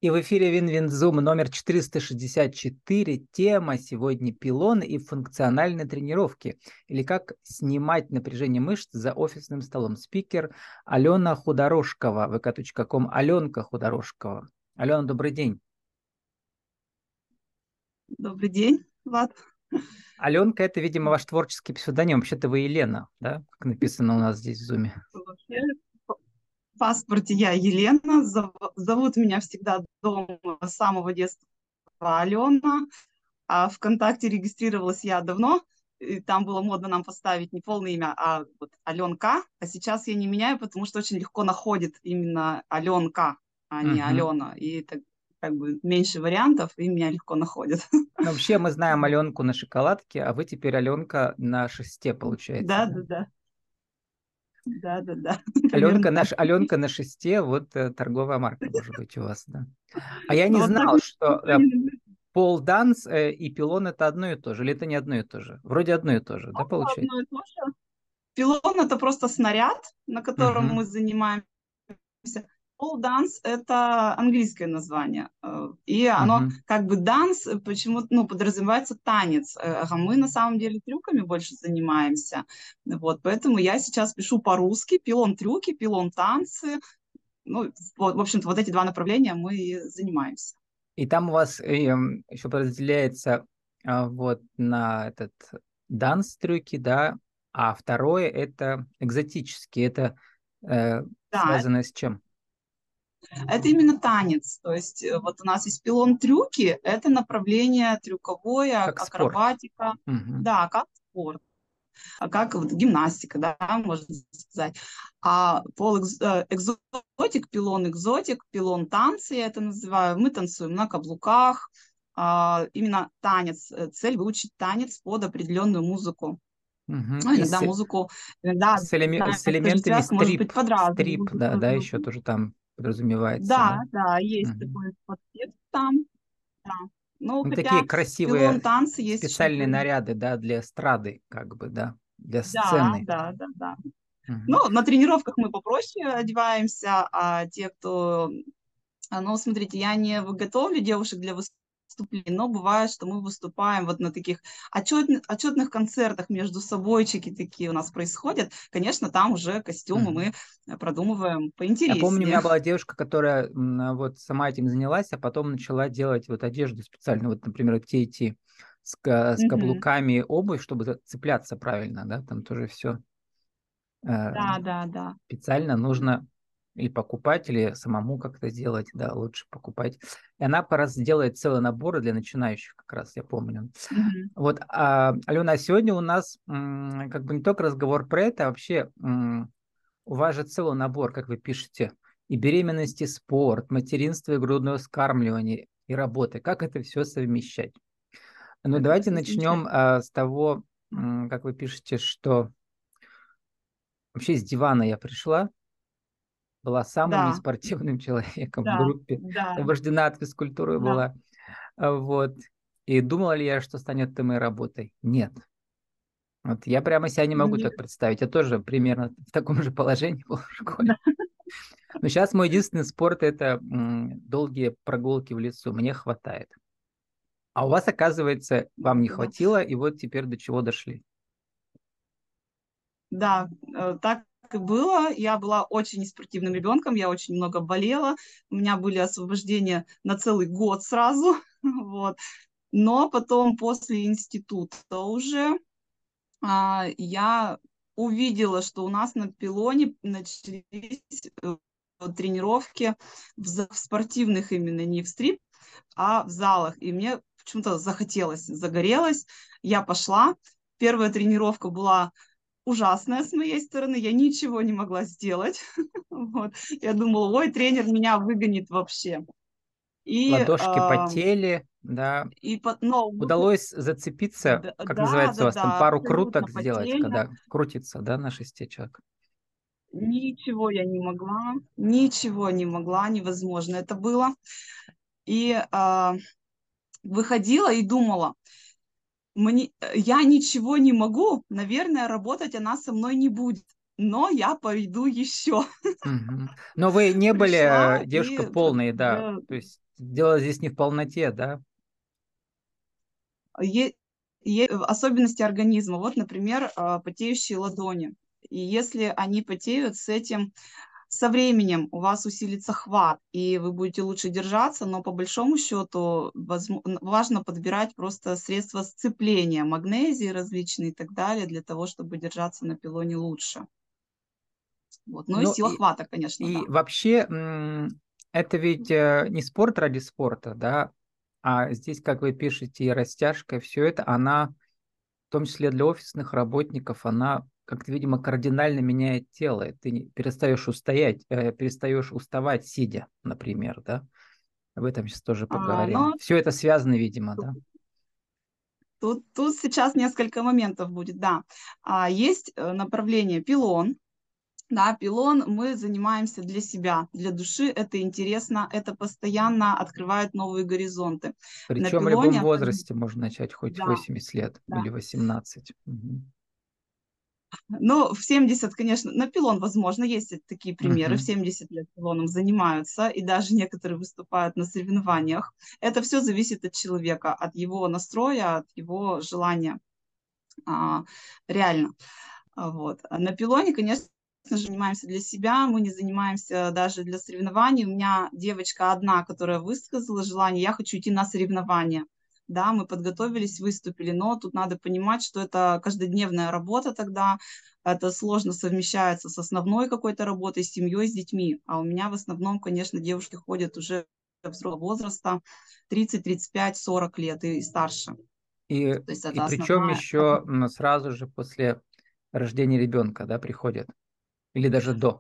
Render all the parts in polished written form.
И в эфире Винвинзум номер 464. Тема сегодня пилон и функциональные тренировки. Или как снимать напряжение мышц за офисным столом. Спикер Алена Худорожкова. vk.com. Аленка Худорожкова. Алена, добрый день. Добрый день, Влад. Аленка — это, видимо, ваш творческий псевдоним. Вообще-то вы Елена, да? Как написано у нас здесь в зуме. Вообще, в паспорте я Елена. Зовут меня всегда дома с самого детства Алена. А ВКонтакте регистрировалась я давно. И там было модно нам поставить не полное имя, а вот Аленка. А сейчас я не меняю, потому что очень легко находит именно Аленка, а не Мгм. Алена. И это как бы меньше вариантов, и меня легко находят. Но вообще мы знаем Аленку на шоколадке, а вы теперь Аленка на шесте, получается, Да, да? да, да. Да, да, да. Примерно Аленка, так. Аленка на шесте, вот торговая марка, может быть, у вас, да. А я не Но вот так знал, что никто не наблюдает. пол-данс и пилон — это одно и то же, или это не одно и то же? Вроде одно и то же, да, получается? Одно и то же. Пилон — это просто снаряд, на котором Мгм, мы занимаемся. Pole dance — это английское название. И оно мгм. как бы данс, почему ну, подразумевается танец. А мы на самом деле трюками больше занимаемся. Вот, поэтому я сейчас пишу по-русски. Пилон трюки, пилон танцы. Ну, вот, в общем-то, вот эти два направления мы и занимаемся. И там у вас еще подразделяется вот на этот данс-трюки, да, а второе — это экзотические, это Да, связано с чем? это именно танец. То есть вот у нас есть пилон трюки, это направление трюковое, Как спорт. акробатика, Мгм, да, как спорт, как вот гимнастика, да, можно сказать. А экзотик, пилон танцы, я это называю. Мы танцуем на каблуках, именно танец. Цель выучить танец под определенную музыку. мгм. Ну, иногда музыку, иногда знаю, С тоже элементами связка может быть под разную стрип, да, да, музыку. еще тоже там подразумевается, Да, да. да, есть Мгм. такой подтекст там, да. Ну, Ну, такие хотя пилон красивые танцы есть еще специальные более... наряды, да, для эстрады, как бы, да, для Да, сцены. да, да, да. Мгм. Ну, на тренировках мы попроще одеваемся, а те, кто... Ну, смотрите, я не готовлю девушек для выступлений, но бывает, что мы выступаем вот на таких отчетных концертах, между собойчики такие у нас происходят. Конечно, там уже костюмы Мгм. мы продумываем Я помню, у поинтереснее. меня была девушка, которая вот сама этим занялась, а потом начала делать вот одежду специально, вот, например, вот те идти с Мгм. каблуками обувь, чтобы цепляться правильно, да, там тоже все Да, да, да. специально нужно или покупать, или самому как-то делать, да, лучше покупать. И она как раз делает целые наборы для начинающих, как раз я помню. Мгм. Вот, Алена, а сегодня у нас как бы не только разговор про это, а вообще у вас же целый набор, как вы пишете, и беременность, и спорт, материнство, и грудное вскармливание, и работа. Как это все совмещать? Ну, Как это давайте все замечательно. начнем с того, как вы пишете, что вообще с дивана я пришла, была самым Да, неспортивным человеком в да, группе, да, освобождена от физкультуры да. была. Вот. И думала ли я, что станет это моей работой? Нет. Вот я прямо себя не могу Мне так представить. Я тоже примерно в таком же положении был в школе. да. Но сейчас мой единственный спорт — это долгие прогулки в лесу. Мне хватает. А у вас, оказывается, вам не Да, хватило, и вот теперь до чего дошли. да, так и было. Я была очень неспортивным ребенком, я очень много болела. У меня были освобождения на целый год сразу. Вот. Но потом после института уже я увидела, что у нас на пилоне начались тренировки в спортивных именно, не в стрип, а в залах. И мне почему-то захотелось, загорелось. Я пошла. Первая тренировка была ужасная с моей стороны. Я ничего не могла сделать. Вот. Я думала, ой, тренер меня выгонит вообще. И, Ладошки потели, да. но Удалось зацепиться, как да, называется да, у вас там, да, пару абсолютно круток сделать, потели. когда крутится, да, на шесте человек. Ничего я не могла, ничего не могла, невозможно это было. И выходила и думала, я ничего не могу, наверное, работать она со мной не будет. но я пойду еще. Мгм. Но вы не были Пришла девушка и полной, да. уже То есть дело здесь не в полноте, да. Е особенности организма. Вот, например, потеющие ладони. И если они потеют, с этим со временем у вас усилится хват, и вы будете лучше держаться, но по большому счету важно подбирать просто средства сцепления, магнезии различные и так далее, для того, чтобы держаться на пилоне лучше. Вот. Ну и Ну сила хвата, конечно, да. и вообще это ведь не спорт ради спорта, да, а здесь, как вы пишете, и растяжка, все это, она, в том числе для офисных работников, она как-то, видимо, кардинально меняет тело. Ты перестаешь уставать, сидя, например, да. Об этом сейчас тоже поговорим. Но Все это связано, видимо, да. тут сейчас несколько моментов будет, да. Есть направление пилон. Да, пилон мы занимаемся для себя, для души. Это интересно, это постоянно открывает новые горизонты. На Причем в любом пилоне, возрасте можно начать, хоть да, 80 лет да. или 18. Мгм. Но в 70, конечно, на пилон, возможно, есть такие примеры. В Мгм. 70 лет пилоном занимаются, и даже некоторые выступают на соревнованиях. Это все зависит от человека, от его настроя, от его желания. А, реально. Вот. На пилоне, конечно же, занимаемся для себя, мы не занимаемся даже для соревнований. У меня девочка одна, которая высказала желание, я хочу идти на соревнования. Да, мы подготовились, выступили, но тут надо понимать, что это каждодневная работа тогда, это сложно совмещается с основной какой-то работой, с семьей, с детьми. А у меня в основном, конечно, девушки ходят уже взрослого возраста, 30, 35, 40 лет и старше. То есть И это причем основная. еще сразу же после рождения ребенка, да, приходят. Или даже до.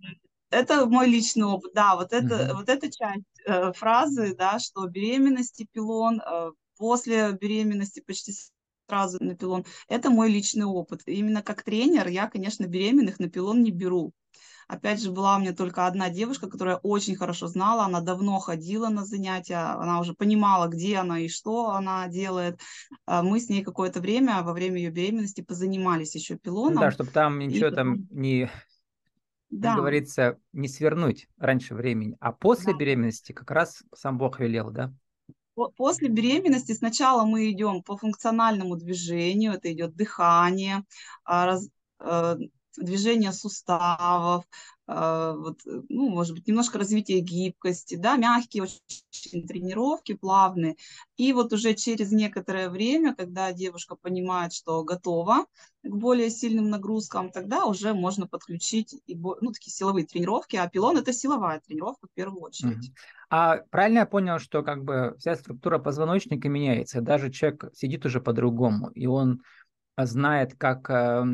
Это мой личный опыт, да, Мгм. вот эта часть, фразы, да, что беременность и пилон, после беременности почти сразу на пилон. Это мой личный опыт. Именно как тренер я, конечно, беременных на пилон не беру. Опять же, была у меня только одна девушка, которая очень хорошо знала, она давно ходила на занятия, она уже понимала, где она и что она делает. Мы с ней какое-то время, во время ее беременности, позанимались еще Ну да, пилоном, чтобы там и ничего там потом, не, как да, говорится, не свернуть раньше времени. А после да. беременности как раз сам Бог велел, да? После беременности сначала мы идем по функциональному движению, это идет дыхание, а, раз- э, движение суставов, вот, ну, может быть, немножко развитие гибкости, да, мягкие очень тренировки, плавные. И вот уже через некоторое время, когда девушка понимает, что готова к более сильным нагрузкам, тогда уже можно подключить ну, такие силовые тренировки, а пилон– это силовая тренировка в первую очередь. Мгм. А правильно я понял, что как бы вся структура позвоночника меняется, даже человек сидит уже по-другому, и он знает, как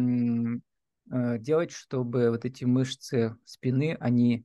делать, чтобы вот эти мышцы спины, они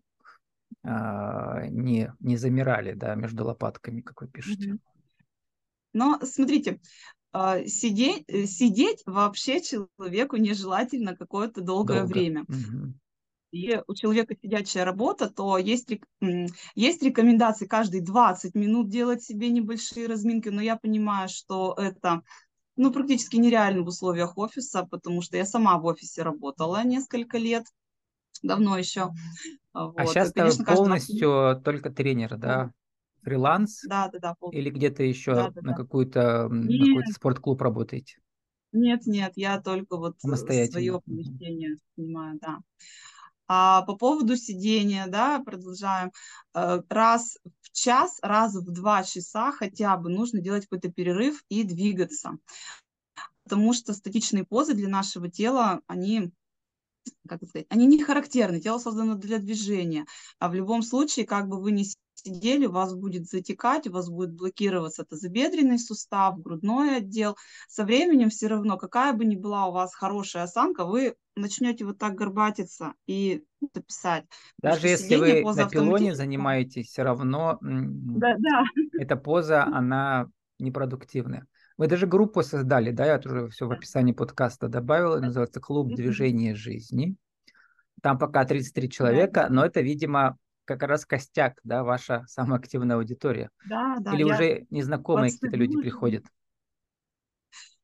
не замирали, да, между лопатками, как вы пишете. Но смотрите, сидеть вообще человеку нежелательно какое-то долгое Долго. время. Мгм. И у человека сидячая работа, то есть рекомендации каждые 20 минут делать себе небольшие разминки, но я понимаю, что это, ну, практически нереально в условиях офиса, потому что я сама в офисе работала несколько лет, давно еще. А Вот. И, сейчас-то вы конечно, каждые 20 минут. полностью только тренер, да? Фриланс Да, да, да, или где-то да, еще да, на да. на какой-то Нет, спортклуб работаете? нет, нет, я только вот Самостоятельно. свое помещение снимаю, да. А по поводу сидения, да, продолжаем. Раз в час, раз в 2 часа хотя бы нужно делать какой-то перерыв и двигаться. Потому что статичные позы для нашего тела, они, как это сказать, они не характерны. Тело создано для движения. А в любом случае, как бы вы ни сидели, у вас будет затекать, у вас будет блокироваться тазобедренный сустав, грудной отдел. Со временем все равно, какая бы ни была у вас хорошая осанка, вы начнете вот так горбатиться и это писать. Потому Даже что если сидение вы поза на пилоне автоматически. занимаетесь, все равно Да, да, эта поза, она непродуктивная. Вы даже группу создали, да, я тоже все в описании подкаста добавил, называется «Клуб движения жизни». Там пока 33 да, человека, но это, видимо, как раз костяк, да, ваша самая активная аудитория. да, да, Или я уже незнакомые какие-то люди подсоединилась. приходят.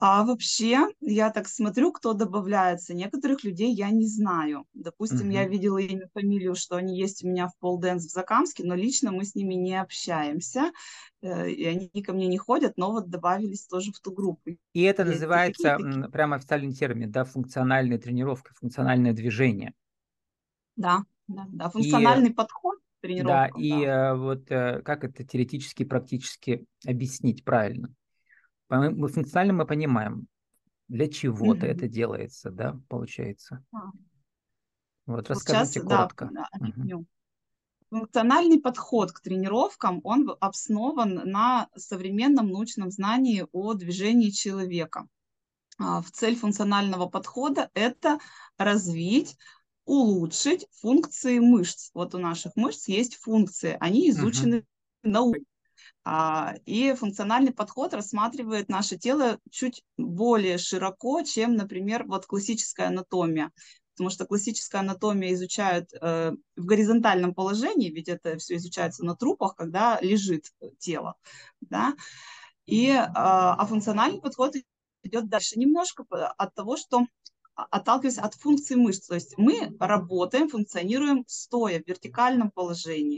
А вообще, я так смотрю, кто добавляется. Некоторых людей я не знаю. Допустим, я Мгм. видела имя, фамилию, что они есть у меня в полденс в Закамске, но лично мы с ними не общаемся, и они ко мне не ходят, но вот добавились тоже в ту группу. И это Есть и такие, и называется такие. прямо официальный термин, да, функциональная тренировка, функциональное движение. Да, да, да. И Функциональный подход к да, тренировкам, и да. вот как это теоретически, практически объяснить правильно? Мы функционально мы понимаем, для чего-то это Мгм. делается, да, получается. А, Вот Вот сейчас, расскажите да, коротко. Мгм. объясню. Функциональный подход к тренировкам, он основан на современном научном знании о движении человека. В цель функционального подхода – это развить, улучшить функции мышц. Вот у наших мышц есть функции, они Мгм. изучены наукой. И функциональный подход рассматривает наше тело чуть более широко, чем, например, вот классическая анатомия. Потому что классическая анатомия изучают в горизонтальном положении, ведь это все изучается на трупах, когда лежит тело. Да? Функциональный подход идет дальше немножко от того, что отталкиваясь от функций мышц. То есть мы работаем, функционируем стоя в вертикальном положении.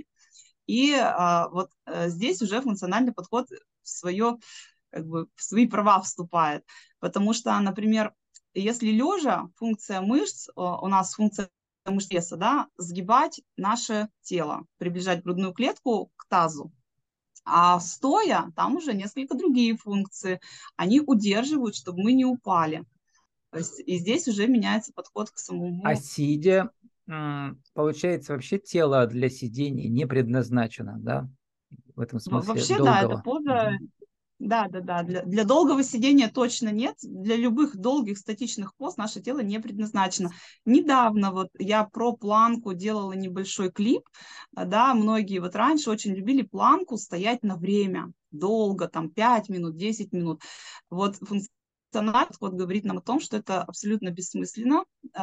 Здесь уже функциональный подход в свое, как бы, в свои права вступает. Потому что, например, если лежа, функция мышц, у нас функция мышц веса, да, сгибать наше тело, приближать грудную клетку к тазу. А стоя, там уже несколько другие функции. Они удерживают, чтобы мы не упали. То есть и здесь уже меняется подход к А самому. сидя, получается, вообще тело для сидения не предназначено, да, в этом смысле Вообще, да, эта долгого. поза, Мгм. да, да, да, для долгого сидения точно нет. Для любых долгих статичных поз наше тело не предназначено. Недавно вот я про планку делала небольшой клип, да, многие вот раньше очень любили планку стоять на время, долго, там 5 минут, 10 минут. Вот функциональный подход говорит нам о том, что это абсолютно бессмысленно,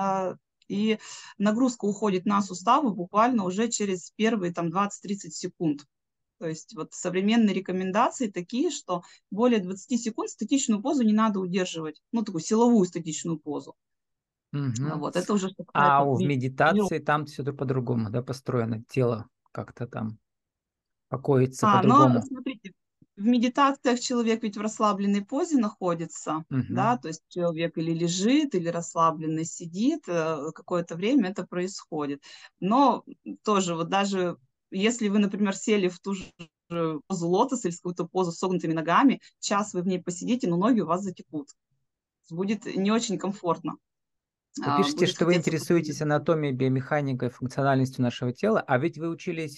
и нагрузка уходит на суставы буквально уже через первые там 20-30 секунд. То есть вот современные рекомендации такие, что более 20 секунд статичную позу не надо удерживать, ну, такую силовую статичную позу. Мгм. Вот, это уже что А касается в тренировок. медитации там все по-другому, да, построено. Тело как-то там покоится по-другому. Смотрите, в медитациях человек ведь в расслабленной позе находится, Мгм. да, то есть человек или лежит, или расслабленно сидит, какое-то время это происходит. Но тоже вот даже если вы, например, сели в ту же позу лотоса или в какую-то позу с согнутыми ногами, час вы в ней посидите, но ноги у вас затекут. Будет не очень комфортно, Вы пишете, будет что вы хотеться интересуетесь подвигаться. анатомией, биомеханикой, функциональностью нашего тела, а ведь вы учились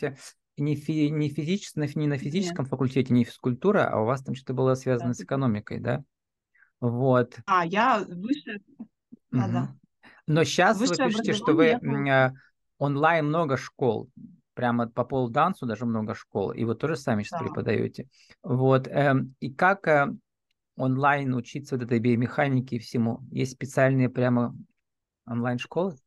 не на Нет, физическом факультете, не физкультура, а у вас там что-то было да, связано с экономикой, да? Вот. я выше, да-да, Мгм. Но сейчас вы высшее пишете, что вы образование я получила. онлайн много школ, прямо по полдансу даже много школ, и вы тоже сами сейчас Да. преподаете. Вот. И как онлайн учиться вот этой биомеханике и всему? Есть специальные прямо онлайн-школы?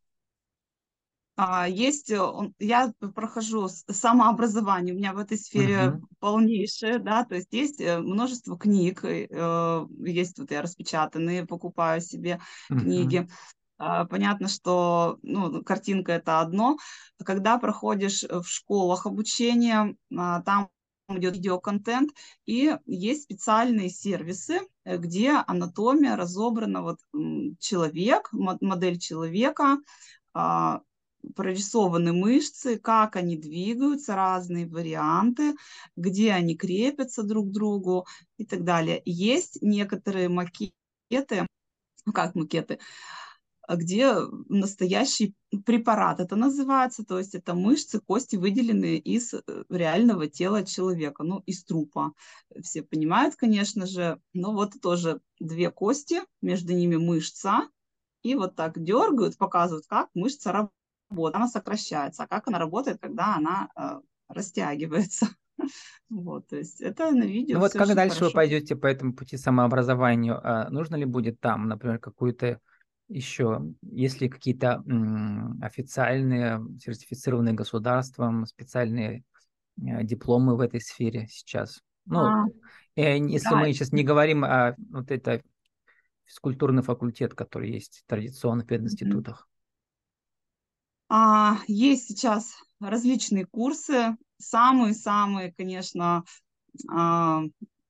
Я прохожу самообразование, у меня в этой сфере Мгм. полнейшее, да, то есть есть множество книг, есть вот я распечатанные, покупаю себе Мгм. книги. Понятно, что ну, картинка это одно. Когда проходишь в школах обучение, там идет видеоконтент, и есть специальные сервисы, где анатомия разобрана, вот человек, модель человека, а, прорисованы мышцы, как они двигаются, разные варианты, где они крепятся друг к другу и так далее. Есть некоторые макеты, ну как макеты, где настоящий препарат это называется, то есть это мышцы, кости, выделенные из реального тела человека, ну, из трупа. Все понимают, конечно же, но вот тоже две кости, между ними мышца, и вот так дергают, показывают, как мышца работает. Она сокращается, а как она работает, когда она растягивается. Вот, то есть это на Ну видео вот все как очень дальше вы хорошо. пойдете по этому пути самообразованию? Нужно ли будет там, например, какую-то еще, есть ли какие-то официальные, сертифицированные государством, специальные дипломы в этой сфере сейчас? Ну, А, если да, мы сейчас не говорим о вот это физкультурный факультет, который есть традиционно в Мгм. пединститутах? Есть сейчас различные курсы. Самые-самые, конечно, а,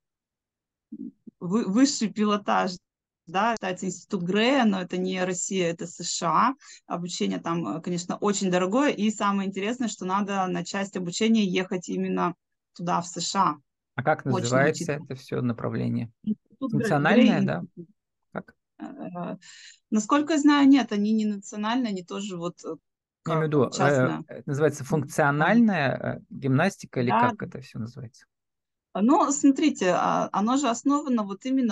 высший пилотаж, да, считается институт Грея, но это не Россия, это США. Обучение там, конечно, очень дорогое. И самое интересное, что надо на часть обучения ехать именно туда, в США. А как Очень называется мучительно. это все направление? Институт Функциональное, Грей да? институт. Как? Э, Насколько я знаю, нет, они не национальные, они тоже вот Я имею в как виду, частная. это называется Да, функциональная гимнастика или да. как это все называется? Но смотрите, оно же основано вот именно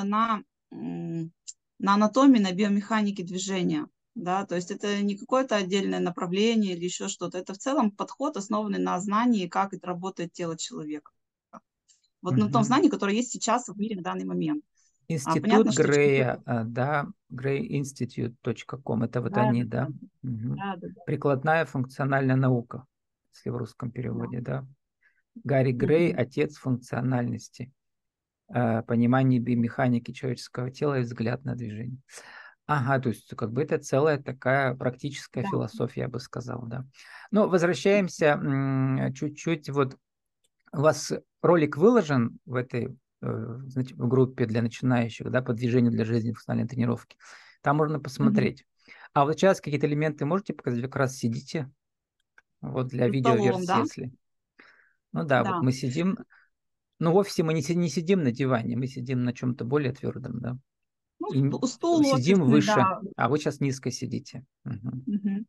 на анатомии, на биомеханике движения. Да, то есть это не какое-то отдельное направление или еще что-то. Это в целом подход, основанный на знании, как это работает тело человека. Вот на том Мгм. знании, которое есть сейчас в мире на данный момент. Институт Понятно, что Грея, чемпионы... да, greyinstitute.com, это вот Да, они, да, да? Мгм. да, да, да. Прикладная функциональная наука, если в русском Да. переводе, да. Гарри Грей, Мгм. отец функциональности, понимание биомеханики человеческого тела и взгляд на движение. Ага, то есть как бы это целая такая практическая Да. философия, я бы сказал, да. Но возвращаемся чуть-чуть. Вот у вас ролик выложен в этой в группе для начинающих, да, по движению для жизни функциональной тренировки. Там можно Мгм. посмотреть. А вот сейчас какие-то элементы можете показать? Вы как раз сидите, вот для За столом, видеоверсии, да? если. Ну да, вот Да. мы сидим. Ну, в офисе мы не сидим на диване, мы сидим на чем-то более твердом, да. Ну, И стул сидим офисный, выше, да. а вы сейчас низко сидите. Мгм. Мгм.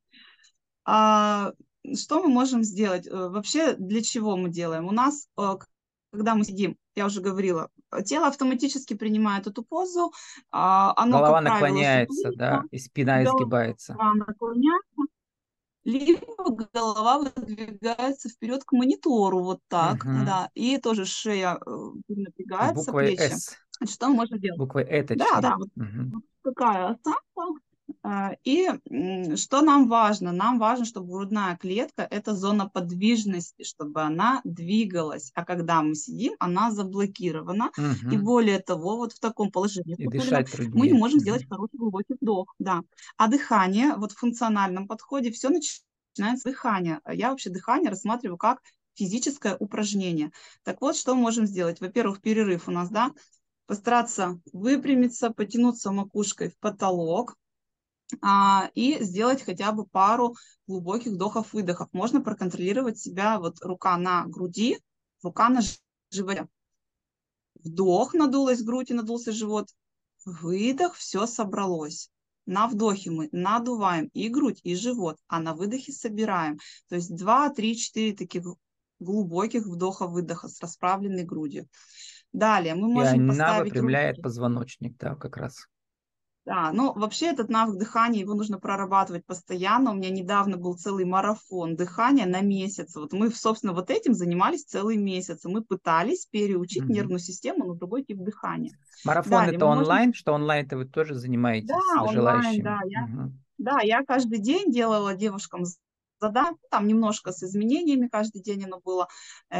А, что мы можем сделать? Вообще, для чего мы делаем? У нас, когда мы сидим, я уже говорила, тело автоматически принимает эту позу, оно, Голова как правило, наклоняется, сутулится, да, и спина голова изгибается. наклоняется, либо голова выдвигается вперед к монитору, вот так, Мгм. да, и тоже шея С напрягается, буквой плечи. «С», Значит, что мы можем делать? буквой «э», Да, точнее. да, вот Мгм. вот такая осанка. Что нам важно? Нам важно, чтобы грудная клетка — это зона подвижности, чтобы она двигалась. А когда мы сидим, она заблокирована. И Мгм. более того, вот в таком положении И сутулином дышать мы не труднее. можем сделать Мгм. хороший глубокий вдох. Да. А дыхание, вот в функциональном подходе, все начинается с дыхания. Я вообще дыхание рассматриваю как физическое упражнение. Так вот, что мы можем сделать? Во-первых, перерыв у нас, да, постараться выпрямиться, потянуться макушкой в потолок, и сделать хотя бы пару глубоких вдохов-выдохов. Можно проконтролировать себя, вот рука на груди, рука на животе. Вдох, надулась грудь и надулся живот. Выдох, все собралось. На вдохе мы надуваем и грудь, и живот, а на выдохе собираем. То есть 2, 3, 4 таких глубоких вдоха-выдоха с расправленной грудью. Далее мы И можем она поставить выпрямляет руки. позвоночник, да, как раз. Да, ну вообще этот навык дыхания, его нужно прорабатывать постоянно. У меня недавно был целый марафон дыхания на месяц. Вот мы, собственно, вот этим занимались целый месяц. И мы пытались переучить Мгм. нервную систему на другой тип дыхания. Марафон Далее это мы можем... онлайн, что онлайн-то вы тоже Да, занимаетесь с онлайн, желающими. да. Мгм. Я каждый день делала девушкам задание, там немножко с изменениями, каждый день оно было.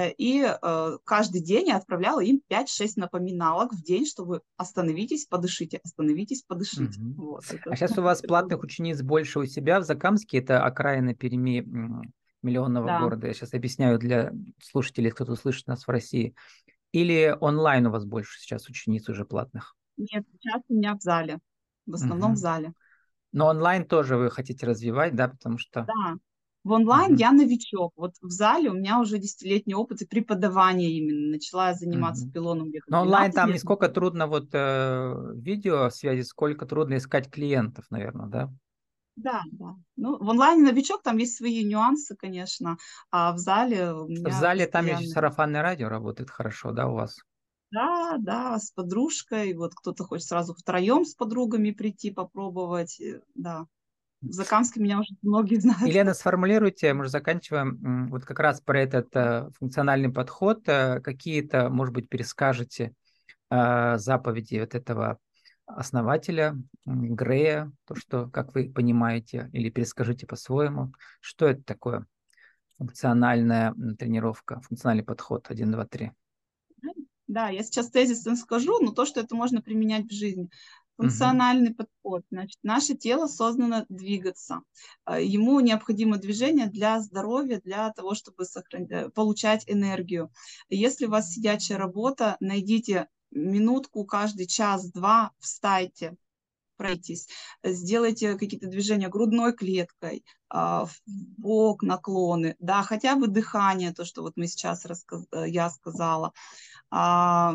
Каждый день я отправляла им 5-6 напоминалок в день, чтобы остановитесь, подышите, остановитесь, подышите. Мгм. Вот, А сейчас у вас это платных учениц больше у себя в Закамске, это окраина Перми, миллионного да. города. Я сейчас объясняю для слушателей, кто слышит нас в России. Или онлайн у вас больше сейчас учениц уже платных? Нет, сейчас у меня в зале. В основном в Мгм. зале. Но онлайн тоже вы хотите развивать, да, потому что... Да. В онлайн Мгм. я новичок. Вот в зале у меня уже десятилетний опыт и преподавание именно. Начала я заниматься Мгм. пилоном где-то Но онлайн 12 там не лет. сколько трудно вот видео связи, сколько трудно искать клиентов, наверное, да? Да, да. Ну, в онлайне новичок, там есть свои нюансы, конечно, а в зале у В меня зале там еще постоянно. сарафанное радио работает хорошо, да, у вас? Да, да, с подружкой. Вот кто-то хочет сразу втроем с подругами прийти, попробовать. Да. В Закамске меня уже многие знают. Елена, сформулируйте, мы уже заканчиваем, вот как раз про этот функциональный подход, какие-то, может быть, перескажете заповеди вот этого основателя Грея, то, что, как вы понимаете, или перескажите по-своему, что это такое функциональная тренировка, функциональный подход 1, 2, 3. Да, я сейчас тезисно скажу, но то, что это можно применять в жизни. Мгм. Функциональный подход. Значит, наше тело создано двигаться. Ему необходимо движение для здоровья, для того, чтобы получать энергию. Если у вас сидячая работа, найдите минутку каждый час-два, встайте, пройтись, сделайте какие-то движения грудной клеткой, в бок наклоны, да, хотя бы дыхание, то, что вот мы сейчас я сказала. А,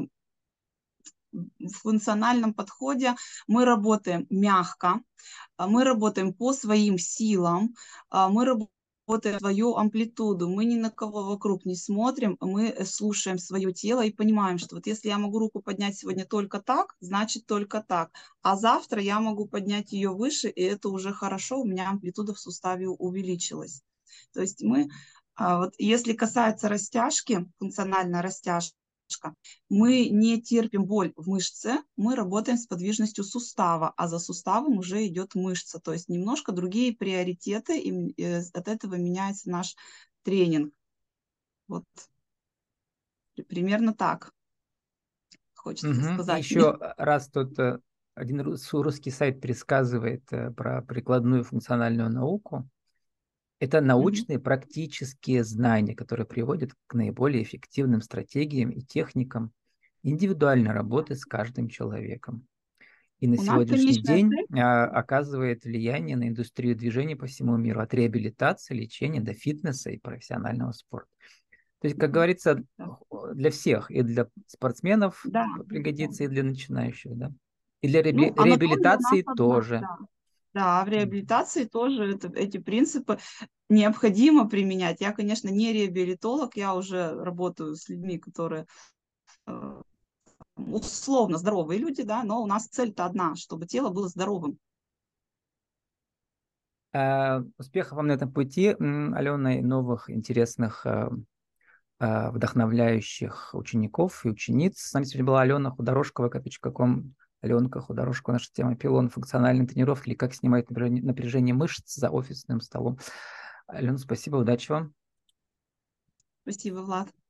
в функциональном подходе мы работаем мягко, мы работаем по своим силам, мы работаем свою амплитуду, мы ни на кого вокруг не смотрим, мы слушаем свое тело и понимаем, что вот если я могу руку поднять сегодня только так, значит только так, а завтра я могу поднять ее выше, и это уже хорошо, у меня амплитуда в суставе увеличилась. То есть вот если касается растяжки, функциональная растяжка, мы не терпим боль в мышце, мы работаем с подвижностью сустава, а за суставом уже идет мышца. То есть немножко другие приоритеты, и от этого меняется наш тренинг. Вот примерно так хочется Мгм. И сказать мне. еще раз тут один русский сайт предсказывает про прикладную функциональную науку. Это Мгм. научные практические знания, которые приводят к наиболее эффективным стратегиям и техникам индивидуальной работы с каждым человеком. И на У нас сегодняшний конечная день цель. оказывает влияние на индустрию движения по всему миру, от реабилитации, лечения до фитнеса и профессионального спорта. То есть, как Мгм. говорится, Да, для всех, и для спортсменов да, да. пригодится, и для начинающих, да. И для Ну, анатомия у нас реабилитации одна, тоже. да. Да, в Мгм. реабилитации тоже эти принципы необходимо применять. Я, конечно, не реабилитолог, я уже работаю с людьми, которые э, условно здоровые люди, да, но у нас цель-то одна, чтобы тело было здоровым. Успехов вам на этом пути, Алена, и новых интересных, вдохновляющих учеников и учениц. С нами сегодня была Алена Худорожкова, kp.com. Аленка Худорожкова, наша тема пилон, функциональной тренировки или как снимать напряжение мышц за офисным столом. Алена, спасибо, удачи вам. Спасибо, Влад.